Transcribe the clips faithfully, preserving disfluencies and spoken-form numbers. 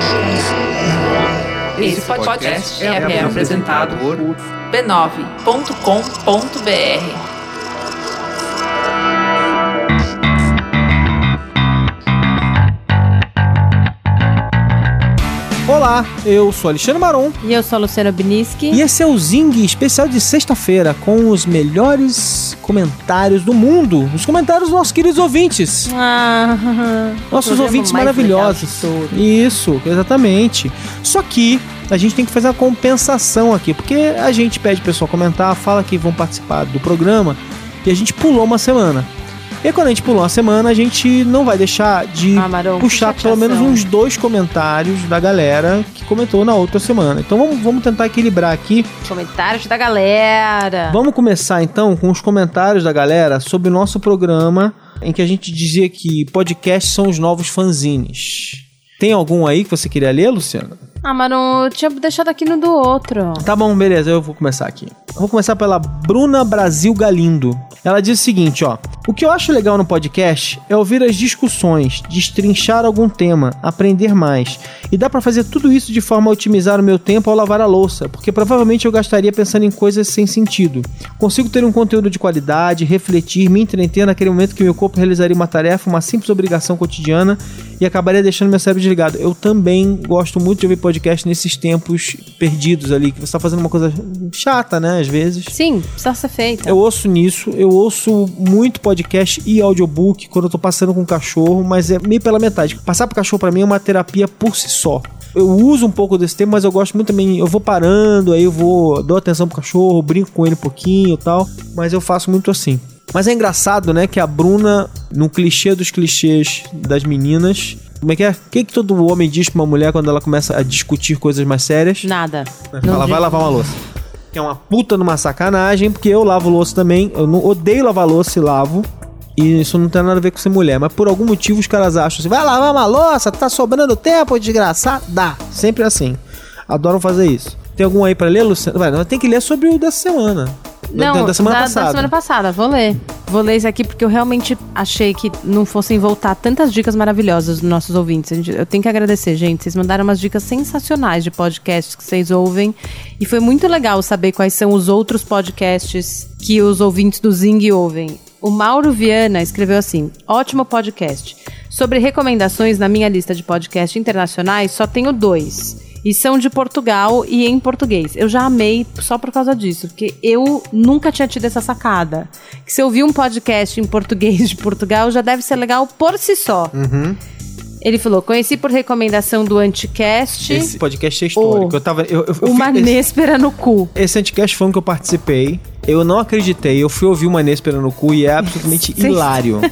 Esse podcast é, é apresentado por b nove ponto com ponto b r. Olá, eu sou Alexandre Maron. E eu sou a Luciana Biniski. E esse é o Zing especial de sexta-feira, com os melhores comentários do mundo. Os comentários dos nossos queridos ouvintes. Ah, nossos ouvintes maravilhosos. Isso, exatamente. Só que a gente tem que fazer uma compensação aqui, porque a gente pede o pessoal comentar, fala que vão participar do programa, e a gente pulou uma semana. E quando a gente pulou uma semana, a gente não vai deixar de ah, Marão, puxar pelo menos uns dois comentários da galera que comentou na outra semana. Então vamos, vamos tentar equilibrar aqui. Comentários da galera. Vamos começar então com os comentários da galera sobre o nosso programa, em que a gente dizia que podcasts são os novos fanzines. Tem algum aí que você queria ler, Luciana? Ah, Maron, eu tinha deixado aqui no do outro. Tá bom, beleza, eu vou começar aqui. Eu vou começar pela Bruna Brasil Galindo. Ela diz o seguinte, ó. O que eu acho legal no podcast é ouvir as discussões, destrinchar algum tema, aprender mais. E dá pra fazer tudo isso de forma a otimizar o meu tempo ao lavar a louça, porque provavelmente eu gastaria pensando em coisas sem sentido. Consigo ter um conteúdo de qualidade, refletir, me entreter naquele momento que meu corpo realizaria uma tarefa, uma simples obrigação cotidiana e acabaria deixando meu cérebro desligado. Eu também gosto muito de ouvir podcast nesses tempos perdidos ali, que você tá fazendo uma coisa chata, né, às vezes. Sim, precisa ser feita. Eu ouço nisso, eu ouço muito podcast e audiobook quando eu tô passando com o cachorro, mas é meio pela metade. Passar pro cachorro pra mim é uma terapia por si só. Eu uso um pouco desse tempo, mas eu gosto muito também, eu vou parando, aí eu vou, dou atenção pro cachorro, brinco com ele um pouquinho e tal, mas eu faço muito assim. Mas é engraçado, né, que a Bruna, no clichê dos clichês das meninas, como é que é? O que, que todo homem diz pra uma mulher quando ela começa a discutir coisas mais sérias? Nada. Ela vai lavar uma louça. Que é uma puta numa sacanagem, porque eu lavo louça também, eu não odeio lavar louça e lavo, e isso não tem nada a ver com ser mulher, mas por algum motivo os caras acham assim, vai lavar uma louça, tá sobrando tempo, desgraçado, dá, sempre assim, adoram fazer isso. Tem algum aí pra ler, Luciana? Vai, não, tem que ler sobre o dessa semana. Não, da, da semana da, passada. da semana passada, vou ler. Vou ler esse aqui porque eu realmente achei que não fossem voltar tantas dicas maravilhosas dos nossos ouvintes. Eu tenho que agradecer, gente. Vocês mandaram umas dicas sensacionais de podcasts que vocês ouvem. E foi muito legal saber quais são os outros podcasts que os ouvintes do Zing ouvem. O Mauro Viana escreveu assim: ótimo podcast. Sobre recomendações na minha lista de podcasts internacionais, só tenho dois. E são de Portugal e em português. Eu já amei só por causa disso, porque eu nunca tinha tido essa sacada. Que se eu ouvir um podcast em português de Portugal, já deve ser legal por si só. Uhum. Ele falou, conheci por recomendação do Anticast. Esse podcast é histórico. O, eu tava, eu, eu, eu uma esse, Néspera no cu. Esse Anticast foi um que eu participei. Eu não acreditei. Eu fui ouvir uma Néspera no cu e é absolutamente hilário.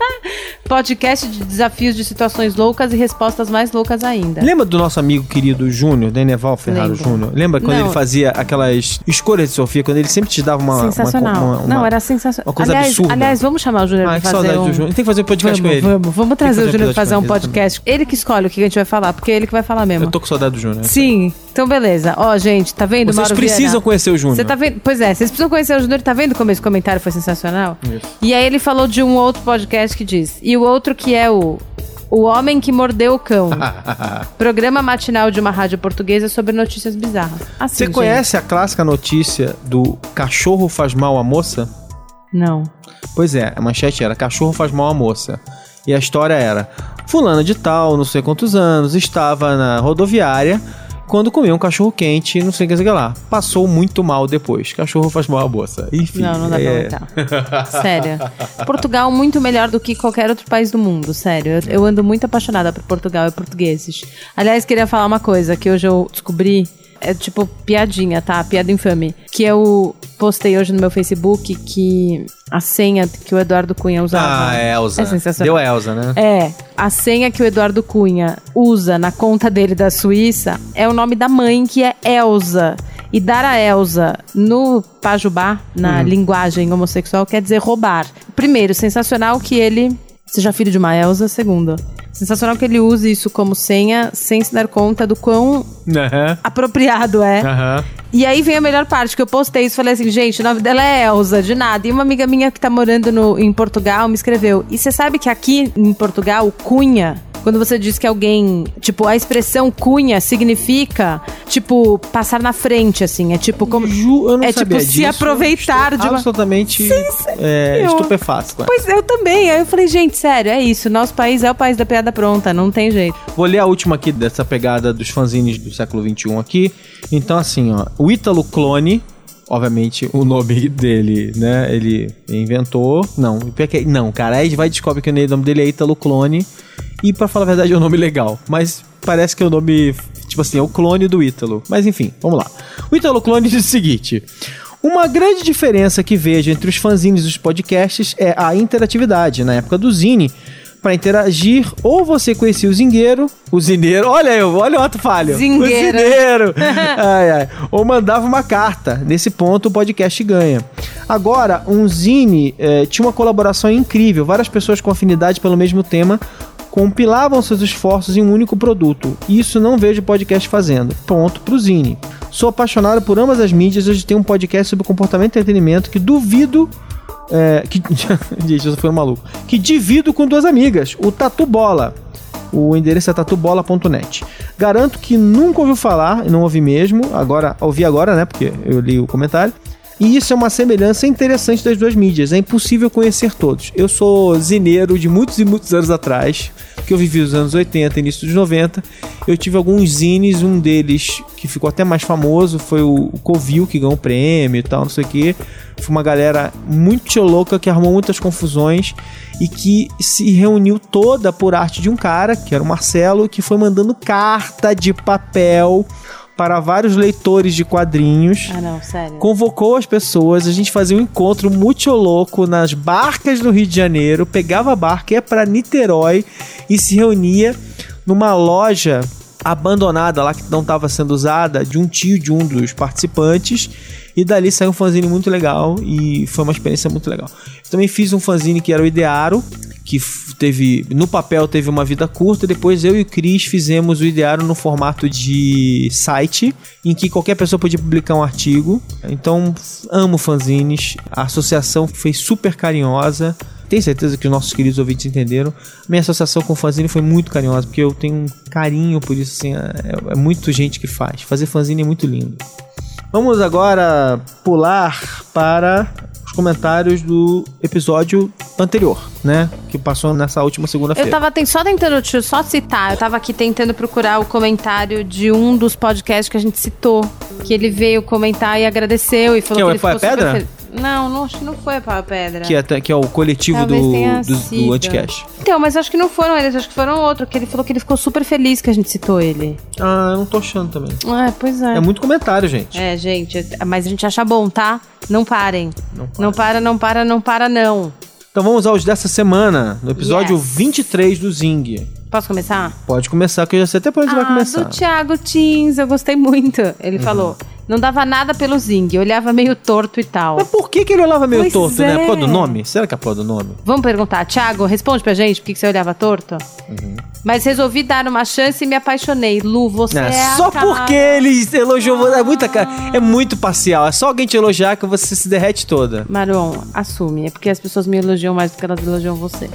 Podcast de desafios de situações loucas e respostas mais loucas ainda. Lembra do nosso amigo querido Júnior, Deneval Ferraro Júnior? Lembra quando Não. ele fazia aquelas escolhas de Sofia, quando ele sempre te dava uma... Sensacional. Uma, uma, Não, uma, era sensacional. Uma coisa aliás, absurda. Aliás, vamos chamar o Júnior ah, pra que fazer saudade um... do Júnior. Tem que fazer um podcast vamos, com ele. Vamos, vamos trazer o Júnior pra fazer um ele, podcast. exatamente. Ele que escolhe o que a gente vai falar, porque é ele que vai falar mesmo. Eu tô com saudade do Júnior. Sim. Então, beleza. Ó, gente, tá vendo, Vocês Mauro precisam Viana? conhecer o Júnior. Você tá vendo? Pois é, vocês precisam conhecer o Júnior. Tá vendo como esse comentário foi sensacional? Isso. E aí ele falou de um outro podcast que diz... E o outro que é o... O Homem que Mordeu o Cão. Programa matinal de uma rádio portuguesa sobre notícias bizarras. Assim, Você gente. conhece a clássica notícia do cachorro faz mal à moça? Não. Pois é, a manchete era cachorro faz mal à moça. E a história era, fulana de tal, não sei quantos anos, estava na rodoviária quando comeu um cachorro quente, não sei o que lá. Passou muito mal depois. Cachorro faz mal à moça. Enfim. Não, não dá é... pra aguentar. Sério. Portugal muito melhor do que qualquer outro país do mundo, sério. Eu, eu ando muito apaixonada por Portugal e portugueses. Aliás, queria falar uma coisa que hoje eu descobri. É tipo piadinha, tá? Piada infame. Que eu postei hoje no meu Facebook que a senha que o Eduardo Cunha usava... Ah, é Elza. É sensacional. Deu a Elza, né? É. A senha que o Eduardo Cunha usa na conta dele da Suíça é o nome da mãe, que é Elza. E dar a Elza no Pajubá, na uhum. linguagem homossexual, quer dizer roubar. Primeiro, sensacional que ele seja filho de uma Elza. Segundo, sensacional que ele use isso como senha sem se dar conta do quão uhum. apropriado é. Uhum. E aí vem a melhor parte, que eu postei isso e falei assim, gente, o nome dela é Elza, de nada. E uma amiga minha que tá morando no, em Portugal me escreveu, e você sabe que aqui em Portugal, Cunha quando você diz que alguém, tipo, a expressão cunha significa, tipo, passar na frente, assim, é tipo como Ju, eu não é sabia tipo disso. se aproveitar Estou de uma absolutamente é, estupefato. Pois eu também. Aí eu falei, gente, sério, é isso. Nosso país é o país da piada pronta, não tem jeito. Vou ler a última aqui dessa pegada dos fanzines do século vinte e um aqui. Então, assim, ó, o Ítalo Clone, obviamente, o nome dele, né, ele inventou. Não, não, cara, aí a gente vai descobrir que o nome dele é Ítalo Clone. E pra falar a verdade é um nome legal, mas parece que é o nome, tipo assim, é o clone do Ítalo. Mas enfim, vamos lá. O Ítalo Clone diz o seguinte: uma grande diferença que vejo entre os fanzines e os podcasts é a interatividade. Na época do Zine, para interagir, ou você conhecia o zingueiro, o zineiro, olha eu, olha o ato falho. Zingueiro. O zineiro. ai, ai. Ou mandava uma carta. Nesse ponto, o podcast ganha. Agora, um Zine eh, tinha uma colaboração incrível. Várias pessoas com afinidade pelo mesmo tema compilavam seus esforços em um único produto. Isso não vejo podcast fazendo. Ponto pro Zine. Sou apaixonado por ambas as mídias. Hoje tem um podcast sobre comportamento e entretenimento que duvido... É, que, gente, eu fui um maluco. Que divido com duas amigas, o Tatu Bola. O endereço é tatu bola ponto net. Garanto que nunca ouviu falar, não ouvi mesmo. Agora, ouvi agora, né? Porque eu li o comentário. E isso é uma semelhança interessante das duas mídias. É impossível conhecer todos. Eu sou zineiro de muitos e muitos anos atrás, que eu vivi os anos oitenta, início dos noventa. Eu tive alguns zines, um deles que ficou até mais famoso foi o Covil, que ganhou um prêmio e tal, não sei o que. Foi uma galera muito louca que arrumou muitas confusões e que se reuniu toda por arte de um cara, que era o Marcelo, que foi mandando carta de papel para vários leitores de quadrinhos. Ah, não, sério. Convocou as pessoas, a gente fazia um encontro muito louco nas barcas do Rio de Janeiro, pegava a barca, ia para Niterói e se reunia numa loja abandonada lá que não estava sendo usada, de um tio de um dos participantes, e dali saiu um fanzine muito legal e foi uma experiência muito legal. Eu também fiz um fanzine que era o Idearo, que teve, no papel teve uma vida curta. Depois eu e o Cris fizemos o Idearo no formato de site, em que qualquer pessoa podia publicar um artigo. Então, amo fanzines, a associação foi super carinhosa. Tenho certeza que os nossos queridos ouvintes entenderam. Minha associação com o fanzine foi muito carinhosa, porque eu tenho um carinho por isso, assim, é, é muita gente que faz. Fazer fanzine é muito lindo. Vamos agora pular para os comentários do episódio anterior, né? Que passou nessa última segunda-feira. Eu tava tem, só tentando, deixa eu só citar, eu tava aqui tentando procurar o comentário de um dos podcasts que a gente citou, que ele veio comentar e agradeceu e falou que, que é ele ficou super Pedra? feliz. Não, não, acho que não foi a Pau Pedra. Que é, que é o coletivo Talvez do, tenha do, sido. do Anticast. Então, mas acho que não foram eles, acho que foram outro, que ele falou que ele ficou super feliz que a gente citou ele. Ah, eu não tô achando também. É, pois é. É muito comentário, gente. É, gente, mas a gente acha bom, tá? Não parem. Não para. Não para, não para, não para, não. Então vamos aos dessa semana, no episódio Yes. vinte e três do Zing. Posso começar? Pode começar, que eu já sei até por onde ah, vai começar. do Thiago Teens, eu gostei muito. Ele uhum. falou, não dava nada pelo Zing, olhava meio torto e tal. Mas por que que ele olhava meio pois torto, é. né? Por causa do nome? Será que é por causa do nome? Vamos perguntar. Thiago, responde pra gente por que que você olhava torto. Uhum. Mas resolvi dar uma chance e me apaixonei. Lu, você é, é só a cara... porque ele elogiou você. É, muita, é muito parcial. É só alguém te elogiar que você se derrete toda. Maron, assume. É porque as pessoas me elogiam mais do que elas elogiam você.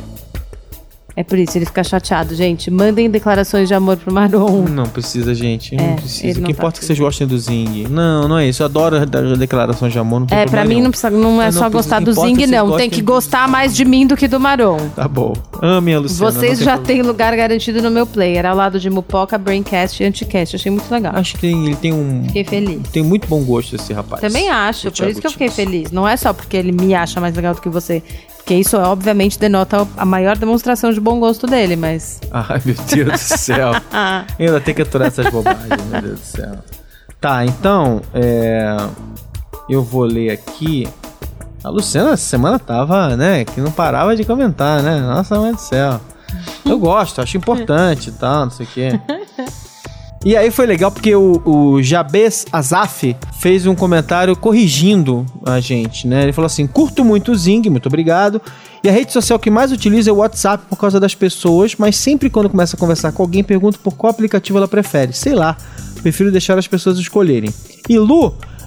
É por isso, ele fica chateado, gente. Mandem declarações de amor pro Maron. Não precisa, gente. Não é, precisa. O não que tá importa é que vocês gostem do Zing. Não, não é isso. Eu adoro dar declarações de amor. Não tem é, pra mim nenhum. não, precisa, não é não só precisa, gostar do importa Zing, que não. Tem que gostar mais de mim do que do Maron. Tá bom. Ame a Luciana. Vocês já têm lugar garantido no meu player, ao lado de Mupoca, Braincast e Anticast. Achei muito legal. Acho que ele tem um... Fiquei feliz. Tem muito bom gosto esse rapaz. Também acho, por isso que eu fiquei feliz. Não é só porque ele me acha mais legal do que você. Porque isso, obviamente, denota a maior demonstração de bom gosto dele, mas... Ai, meu Deus do céu. Eu ainda tenho que aturar essas bobagens, meu Deus do céu. Tá, então, é... eu vou ler aqui... A Luciana essa semana tava, né, que não parava de comentar, né? Nossa, mãe do céu. Eu gosto, acho importante e tal, não sei o quê. E aí foi legal porque o, o Jabez Azaf fez um comentário corrigindo a gente, né? Ele falou assim, curto muito o Zing, muito obrigado. E a rede social que mais utilizo é o WhatsApp por causa das pessoas, mas sempre quando começa a conversar com alguém, pergunto por qual aplicativo ela prefere. Sei lá, prefiro deixar as pessoas escolherem. E Lu,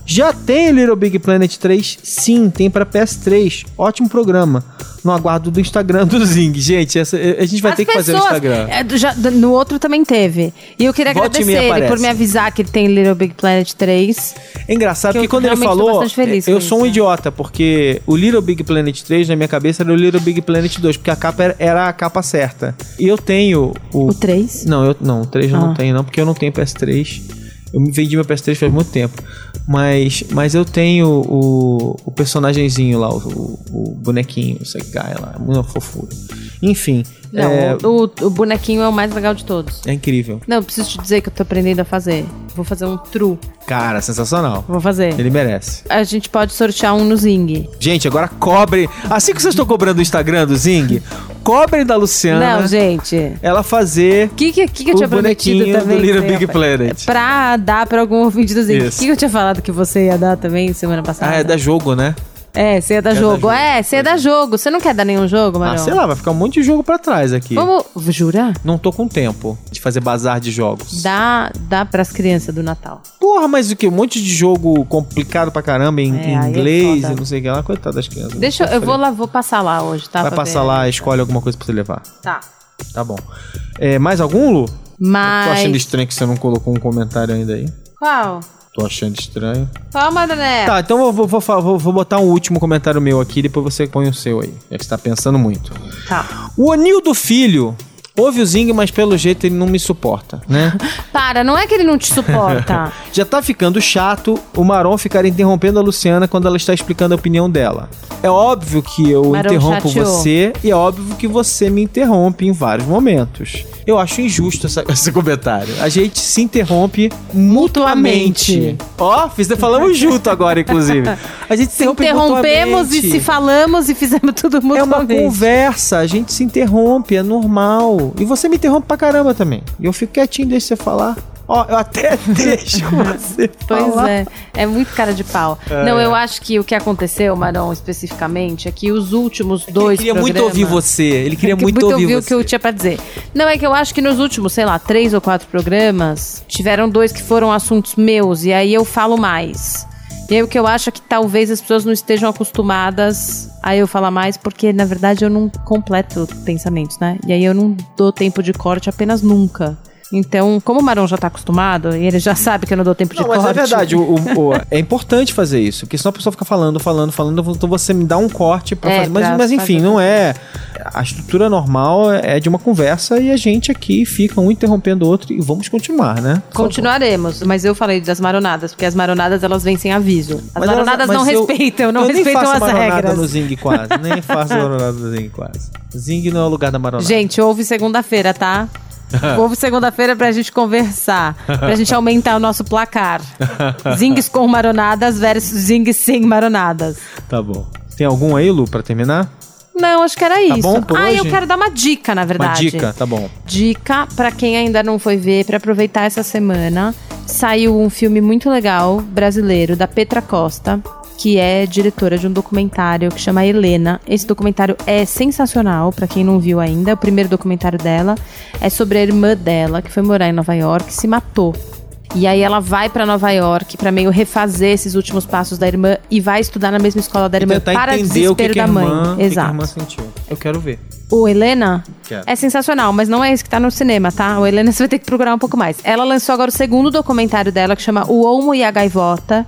Já tem Little Big Planet três? Sim, tem pra P S três. Ótimo programa. No aguardo do Instagram do Zing. Gente, essa, a gente vai As ter que fazer o Instagram. É, já, no outro também teve. E eu queria Volte agradecer ele por me avisar que ele tem Little Big Planet três. É engraçado, que porque quando ele falou, eu sou um isso. idiota, porque o Little Big Planet três, na minha cabeça, era o Little Big Planet dois, porque a capa era, era a capa certa. E eu tenho o... O três? Não, eu, não o três eu Ah. não tenho, não, porque eu não tenho P S três. Eu me vendi meu P S três faz muito tempo. Mas, mas eu tenho o, o personagemzinho lá, o, o bonequinho, esse guy lá, uma fofura. Enfim. Não, é, o, o bonequinho é o mais legal de todos. é incrível. Não, eu preciso te dizer que eu tô aprendendo a fazer. Vou fazer um true. Cara, sensacional. Vou fazer. Ele merece. A gente pode sortear um no Zing. Gente, agora cobrem. Assim que vocês estão cobrando o Instagram do Zing, cobrem da Luciana. Não, gente. Ela fazer O que, que, que, que eu o tinha prometido bonequinho também? do Little que você Big ia- Planet. Pra dar pra algum ouvinte do Zing. O Isso. que, que eu tinha falado que você ia dar também semana passada? Ah, é da jogo, né? É, você ia dar Quer dar jogo. jogo. É, você ia dar jogo. Você não quer dar nenhum jogo, Ah, Marão? sei lá, vai ficar um monte de jogo pra trás aqui. Vamos... Jura? Não tô com tempo de fazer bazar de jogos. Dá, dá pras crianças do Natal. Porra, mas o que? Um monte de jogo complicado pra caramba em, É, em aí é inglês foda. e não sei o que lá. Coitado das crianças. Deixa eu... Eu vou lá, vou passar lá hoje, tá? Vai pra passar ver. lá, escolhe alguma coisa pra você levar. Tá. Tá bom. É, mais algum, Lu? Mas... Tô achando estranho que você não colocou um comentário ainda aí. Qual? Tô achando estranho. Qual, Madané? Tá, então eu vou, vou, vou, vou botar um último comentário meu aqui, depois você põe o seu aí. Já que você tá pensando muito. Tá. O Onildo Filho ouve o Zing, mas pelo jeito ele não me suporta, né? Para, não é que ele não te suporta. Já tá ficando chato o Maron ficar interrompendo a Luciana quando ela está explicando a opinião dela. É óbvio que eu Maron interrompo chateou. você e é óbvio que você me interrompe em vários momentos. Eu acho injusto essa- esse comentário. A gente se interrompe mutuamente. Mutuamente. Ó, fiz, falamos junto agora, inclusive. A gente se Se interrompe interrompemos mutuamente. e se falamos e fizemos tudo É uma mutuamente. conversa, a gente se interrompe, é normal. E você me interrompe pra caramba também. E eu fico quietinho, deixa você falar. Ó, eu até deixo você Pois falar. é, é muito cara de pau. É. Não, eu acho que o que aconteceu, Marão, especificamente, é que os últimos dois Ele queria muito programas- ouvir você. Ele queria Que muito, ouvir o você. que eu tinha pra dizer. Não, é que eu acho que nos últimos, sei lá, três ou quatro programas, tiveram dois que foram assuntos meus, e aí eu falo mais. E aí o que eu acho é que talvez as pessoas não estejam acostumadas a eu falar mais, porque na verdade eu não completo pensamentos, né? E aí eu não dou tempo de corte apenas nunca. Então, como o Marão já tá acostumado, e ele já sabe que eu não dou tempo de Não, corte... mas é verdade, o, o- o- é importante fazer isso, porque senão a pessoa fica falando, falando, falando, então você me dá um corte pra É, fazer. Mas, pra mas enfim, fazer. não é. A estrutura normal é de uma conversa e a gente aqui fica um interrompendo o outro e vamos continuar, né? Por favor. Continuaremos, mas eu falei das maronadas, porque as maronadas elas vêm sem aviso. As Mas maronadas elas- não mas eu- respeitam, não eu nem respeitam faço as maronada regras. no Zing quase, nem faço maronada no Zing quase. Zing não é o lugar da maronada. Gente, ouve segunda-feira, tá? Ouve segunda-feira pra gente conversar, pra gente aumentar o nosso placar. Zings com maronadas versus zings sem maronadas. Tá bom. Tem algum aí, Lu, pra terminar? Não, acho que era Tá isso. bom por ah, hoje? eu quero dar uma dica, na Uma verdade. dica, tá bom. Dica pra quem ainda não foi ver, pra aproveitar essa semana. Saiu um filme muito legal, brasileiro, da Petra Costa, que é diretora de um documentário que chama Helena. Esse documentário é sensacional, pra quem não viu ainda. É o primeiro documentário dela. É sobre a irmã dela, que foi morar em Nova York e se matou. E aí ela vai pra Nova York pra meio refazer esses últimos passos da irmã e vai estudar na mesma escola da irmã, E tentar para entender o que, desespero que a da mãe. irmã, o que que a Exato. irmã sentiu. Eu quero ver. O Helena Quero. é sensacional, mas não é esse que tá no cinema, tá? O Helena você vai ter que procurar um pouco mais. Ela lançou agora o segundo documentário dela, que chama O Olmo e a Gaivota.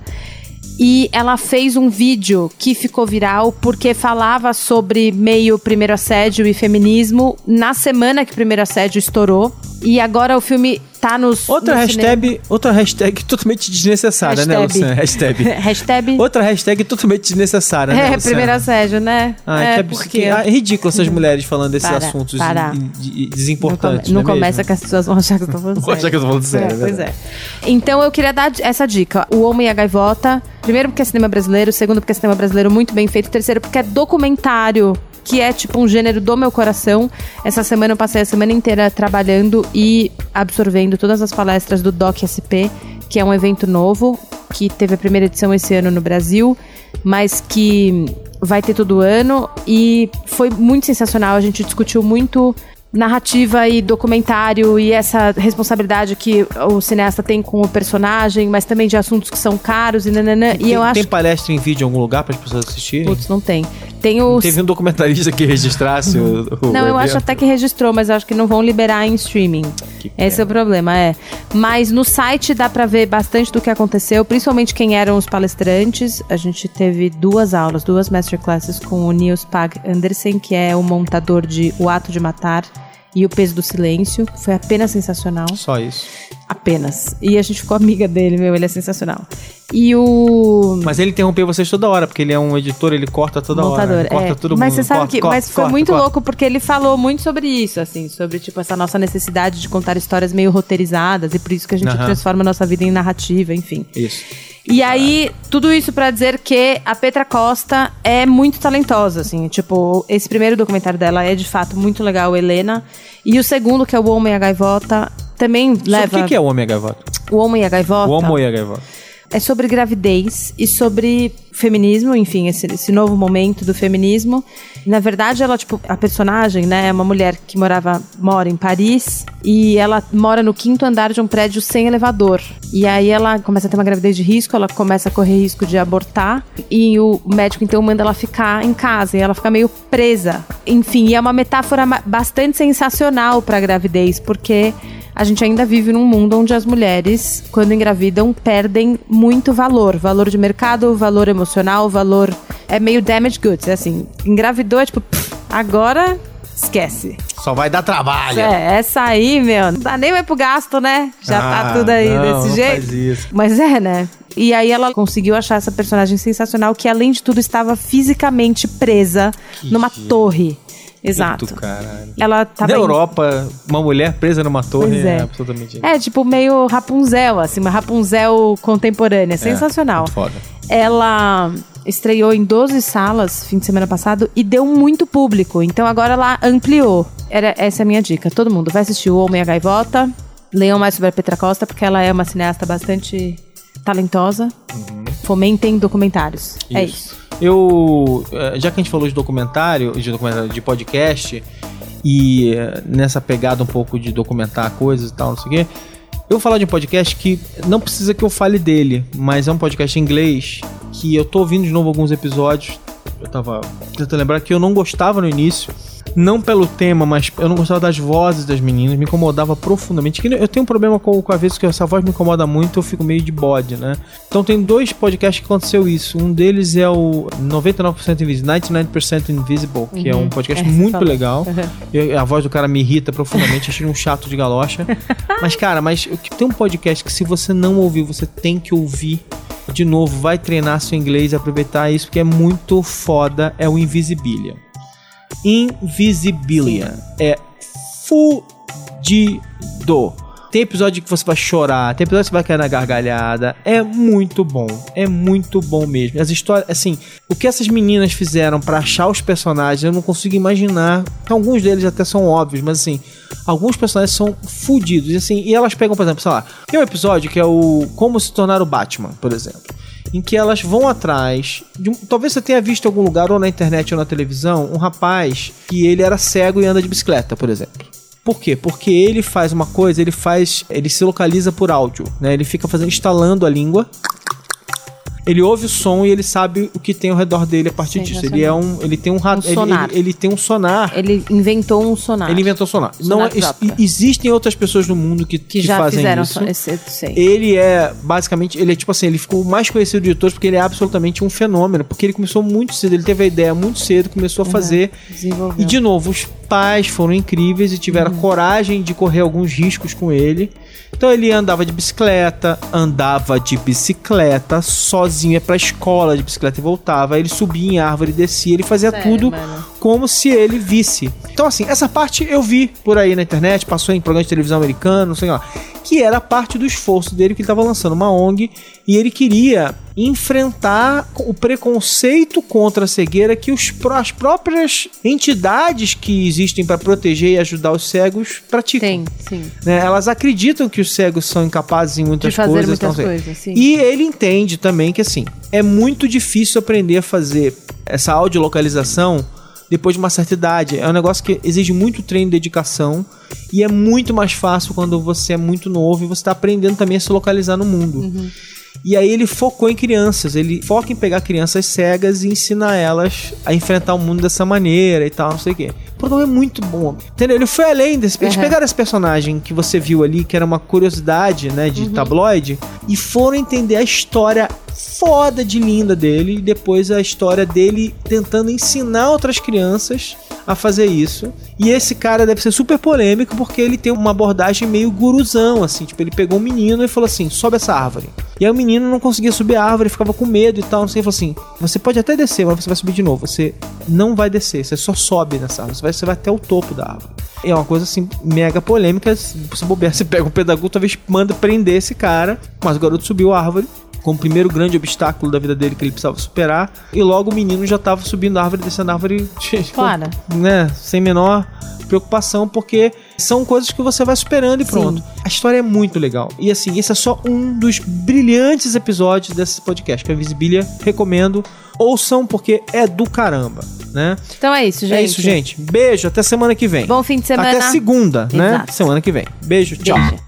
E ela fez um vídeo que ficou viral porque falava sobre meio primeiro assédio e feminismo na semana que o primeiro assédio estourou. E agora o filme tá nos Outra no hashtag, outra hashtag totalmente desnecessária, né, Hashtag. Luciana? Hashtag. cinema. Hashtag Outra hashtag totalmente desnecessária, né, é, Luciana? primeiro assédio, né? Ah, é, que porque... absurdo. Que- ah, é ridículo essas mulheres falando desses Para, assuntos para. de- de- de- Não, desimportantes. come, não não é começa mesmo? que as pessoas vão achar que eu tô falando Vou achar que eu tô falando sério, É, é pois é. verdade. Então eu queria dar essa dica. O Homem e a Gaivota. Primeiro porque é cinema brasileiro. Segundo porque é cinema brasileiro muito bem feito. Terceiro porque é documentário, que é tipo um gênero do meu coração. Essa semana eu passei a semana inteira trabalhando e absorvendo todas as palestras do Doc S P, que é um evento novo, que teve a primeira edição esse ano no Brasil, mas que vai ter todo ano. E foi muito sensacional. A gente discutiu muito narrativa e documentário e essa responsabilidade que o cineasta tem com o personagem, mas também de assuntos que são caros e nananã. Tem, e eu tem acho... palestra em vídeo em algum lugar para as pessoas assistirem? Putz, não tem. Tem os... Teve um documentarista que registrasse o, o Não, eu evento. acho até que registrou, mas eu acho que não vão liberar em streaming. Que Esse é o problema, é. Mas no site dá pra ver bastante do que aconteceu, principalmente quem eram os palestrantes. A gente teve duas aulas, duas masterclasses com o Niels Pagh Andersen, que é o montador de O Ato de Matar e O Peso do Silêncio. Foi apenas sensacional. Só isso. Apenas. E a gente ficou amiga dele, meu, ele é sensacional. E o... Mas ele interrompeu vocês toda hora, porque ele é um editor, ele corta toda montador, hora. Ele corta é. todo mas mundo. você sabe corta, que corta, mas foi corta, muito corta. louco porque ele falou muito sobre isso, assim, sobre tipo essa nossa necessidade de contar histórias meio roteirizadas e por isso que a gente Aham. transforma a nossa vida em narrativa, enfim. Isso. E aí, tudo isso pra dizer que a Petra Costa é muito talentosa, assim, tipo, esse primeiro documentário dela é de fato muito legal, Helena, e o segundo, que é o Homem e a Gaivota, também leva... Sobre o que, que é o Homem e a Gaivota? O Homem e a Gaivota... O Homem e a Gaivota. É sobre gravidez e sobre feminismo, enfim, esse, esse novo momento do feminismo. Na verdade, ela, tipo, a personagem, né, é uma mulher que morava, mora em Paris e ela mora no quinto andar de um prédio sem elevador. E aí ela começa a ter uma gravidez de risco, ela começa a correr risco de abortar e o médico, então, manda ela ficar em casa e ela fica meio presa. Enfim, e é uma metáfora bastante sensacional pra gravidez, porque... a gente ainda vive num mundo onde as mulheres, quando engravidam, perdem muito valor. Valor de mercado, valor emocional, valor... é meio damaged goods, é assim. Engravidou, é tipo, pff, agora esquece. Só vai dar trabalho. É, essa aí, meu, não dá nem mais pro gasto, né? Já Ah, tá tudo aí não, desse não jeito. faz isso. Mas é, né? E aí ela conseguiu achar essa personagem sensacional que, além de tudo, estava fisicamente presa Que numa giro. torre. Exato. Puto, caralho. Ela tava Na em- Europa, uma mulher presa numa torre Pois é. é. absolutamente... É, tipo, meio Rapunzel, assim, uma Rapunzel contemporânea. Sensacional. muito foda. Ela estreou em doze salas fim de semana passado e deu muito público. Então agora ela ampliou. Era, essa é a minha dica. Todo mundo vai assistir O Homem e a Gaivota. Leiam mais sobre a Petra Costa, porque ela é uma cineasta bastante talentosa. Uhum. Fomentem documentários. É isso. Eu, eh, já que a gente falou de documentário, de documentário, de podcast, e eh, nessa pegada um pouco de documentar coisas e tal, não sei o quê, eu vou falar de um podcast que não precisa que eu fale dele, mas é um podcast em inglês, que eu tô ouvindo de novo alguns episódios. Eu tava tentando lembrar que eu não gostava no início, não pelo tema, mas eu não gostava das vozes das meninas, me incomodava profundamente. Que Eu tenho um problema com, com a vez que essa voz me incomoda muito, eu fico meio de bode, né? Então tem dois podcasts que aconteceu isso. Um deles é o noventa e nove por cento Invisible, noventa e nove por cento Invisible, que é um podcast É, você muito falou. legal. Uhum. Eu- a voz do cara me irrita profundamente, achei um chato de galocha. Mas, cara, mas eu- tem um podcast que se você não ouviu, você tem que ouvir. De novo, vai treinar seu inglês, aproveitar isso, porque é muito foda. É o Invisibilia. Invisibilia. É fudido. Tem episódio que você vai chorar, tem episódio que você vai cair na gargalhada. É muito bom. É muito bom mesmo. As histórias, assim, o que essas meninas fizeram pra achar os personagens, eu não consigo imaginar. Alguns deles até são óbvios, mas assim, alguns personagens são fudidos. E, assim, e elas pegam, por exemplo, sei lá, tem um episódio que é o Como se tornar o Batman, por exemplo. Em que elas vão atrás de um, talvez você tenha visto em algum lugar, ou na internet ou na televisão, um rapaz que ele era cego e anda de bicicleta, por exemplo. Por quê? Porque ele faz uma coisa, ele faz, ele se localiza por áudio, né? Ele fica fazendo, instalando a língua. Ele ouve o som e ele sabe o que tem ao redor dele a partir disso. Ele é um, ele tem um, ra- Um ele, sonar. ele, ele tem um sonar. Ele inventou um sonar. Ele inventou sonar. Sonar Não, é- próprio. existem outras pessoas no mundo que, que que já fazem fizeram isso. so- esse, sei. Ele é, basicamente, ele é tipo assim, ele ficou mais conhecido de todos porque ele é absolutamente um fenômeno, porque ele começou muito cedo, ele teve a ideia muito cedo, começou a fazer. Desenvolveu. E de novo, os pais foram incríveis e tiveram Uhum. coragem de correr alguns riscos com ele. Então ele andava de bicicleta, andava de bicicleta sozinho, ia pra escola de bicicleta e voltava. Ele subia em árvore, descia, ele fazia Sério, tudo mano? como se ele visse. Então assim, essa parte eu vi por aí na internet, passou em programa de televisão americano, não sei lá, que era parte do esforço dele, que ele estava lançando uma O N G e ele queria enfrentar o preconceito contra a cegueira que os, pró- as próprias entidades que existem para proteger e ajudar os cegos praticam. Sim, sim. Né? Elas acreditam que os cegos são incapazes em muitas De fazer coisas. muitas então, assim, coisas, sim. E ele entende também que assim, é muito difícil aprender a fazer essa audiolocalização depois de uma certa idade. É um negócio que exige muito treino e dedicação. E é muito mais fácil quando você é muito novo e você tá aprendendo também a se localizar no mundo. Uhum. E aí ele focou em crianças, ele foca em pegar crianças cegas e ensinar elas a enfrentar o mundo dessa maneira e tal, não sei o quê. O programa é muito bom, entendeu? Ele foi além desse... Eles uhum. pegaram esse personagem que você viu ali, que era uma curiosidade, né, de uhum. tabloide, e foram entender a história foda de linda dele, e depois a história dele tentando ensinar outras crianças a fazer isso. E esse cara deve ser super polêmico, porque ele tem uma abordagem meio guruzão, assim, tipo, ele pegou um menino e falou assim, sobe essa árvore. E aí o menino não conseguia subir a árvore, ficava com medo e tal, não sei, ele falou assim, você pode até descer, mas você vai subir de novo, você não vai descer, você só sobe nessa árvore, você vai, você vai até o topo da árvore. É uma coisa assim, mega polêmica, se bobear, você pega um pedagogo, talvez manda prender esse cara, mas o garoto subiu a árvore, como o primeiro grande obstáculo da vida dele que ele precisava superar, e logo o menino já estava subindo a árvore, descendo a árvore, claro. né, sem menor preocupação, porque são coisas que você vai superando e pronto. Sim. A história é muito legal. E assim, esse é só um dos brilhantes episódios desse podcast, que é Invisibilia, recomendo. Ouçam, porque é do caramba, né? Então é isso, gente. É isso, gente. Beijo, até semana que vem. Bom fim de semana. Até segunda, né? Exato. Semana que vem. Beijo, tchau. Beijo.